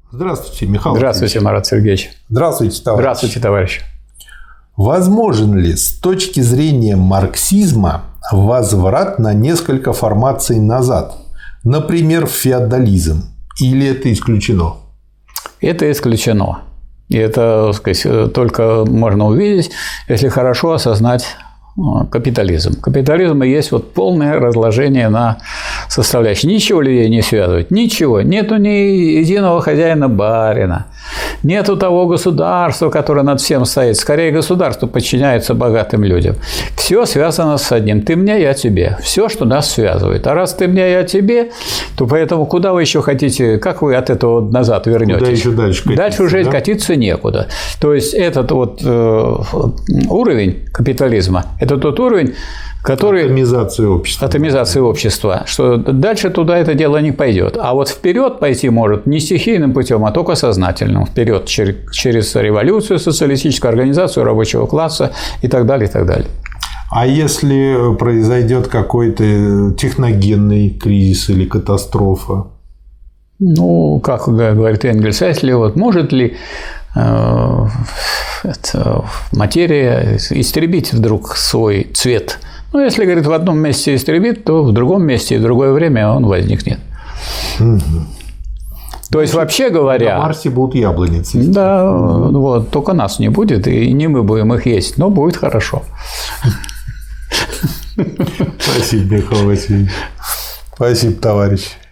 Здравствуйте, Михаил. Здравствуйте, Марат Сергеевич. Здравствуйте, товарищ. Здравствуйте, товарищ. Возможен ли с точки зрения марксизма возврат на несколько формаций назад? Например, в феодализм? Или это исключено? Это исключено. И это, так сказать, только можно увидеть, если хорошо осознать капитализм. Капитализм и есть вот полное разложение на составляющие. Ничего людей не связывает. Ничего. Нету ни единого хозяина-барина. Нету того государства, которое над всем стоит. Скорее, государство подчиняется богатым людям. Все связано с одним. Ты мне, я тебе. Все, что нас связывает. А раз ты мне, я тебе, то поэтому куда вы еще хотите, как вы от этого назад вернетесь? Куда еще дальше катиться? Дальше уже катиться некуда. То есть этот вот уровень капитализма – это тот уровень, который… Атомизация общества. Атомизация общества. Что дальше туда это дело не пойдет. А вот вперед пойти может не стихийным путем, а только сознательным. Вперед через революцию, социалистическую организацию рабочего класса и так далее, и так далее. А если произойдет какой-то техногенный кризис или катастрофа? Ну, как говорит Энгельс, если вот может ли материя истребить вдруг свой цвет? Ну, если, говорит, в одном месте истребит, то в другом месте и в другое время он возникнет. Угу. То есть, вообще говоря… На Марсе будут яблони цвести. Да, вот, только нас не будет, и не мы будем их есть, но будет хорошо. Спасибо, Михаил Васильевич. Спасибо, товарищ.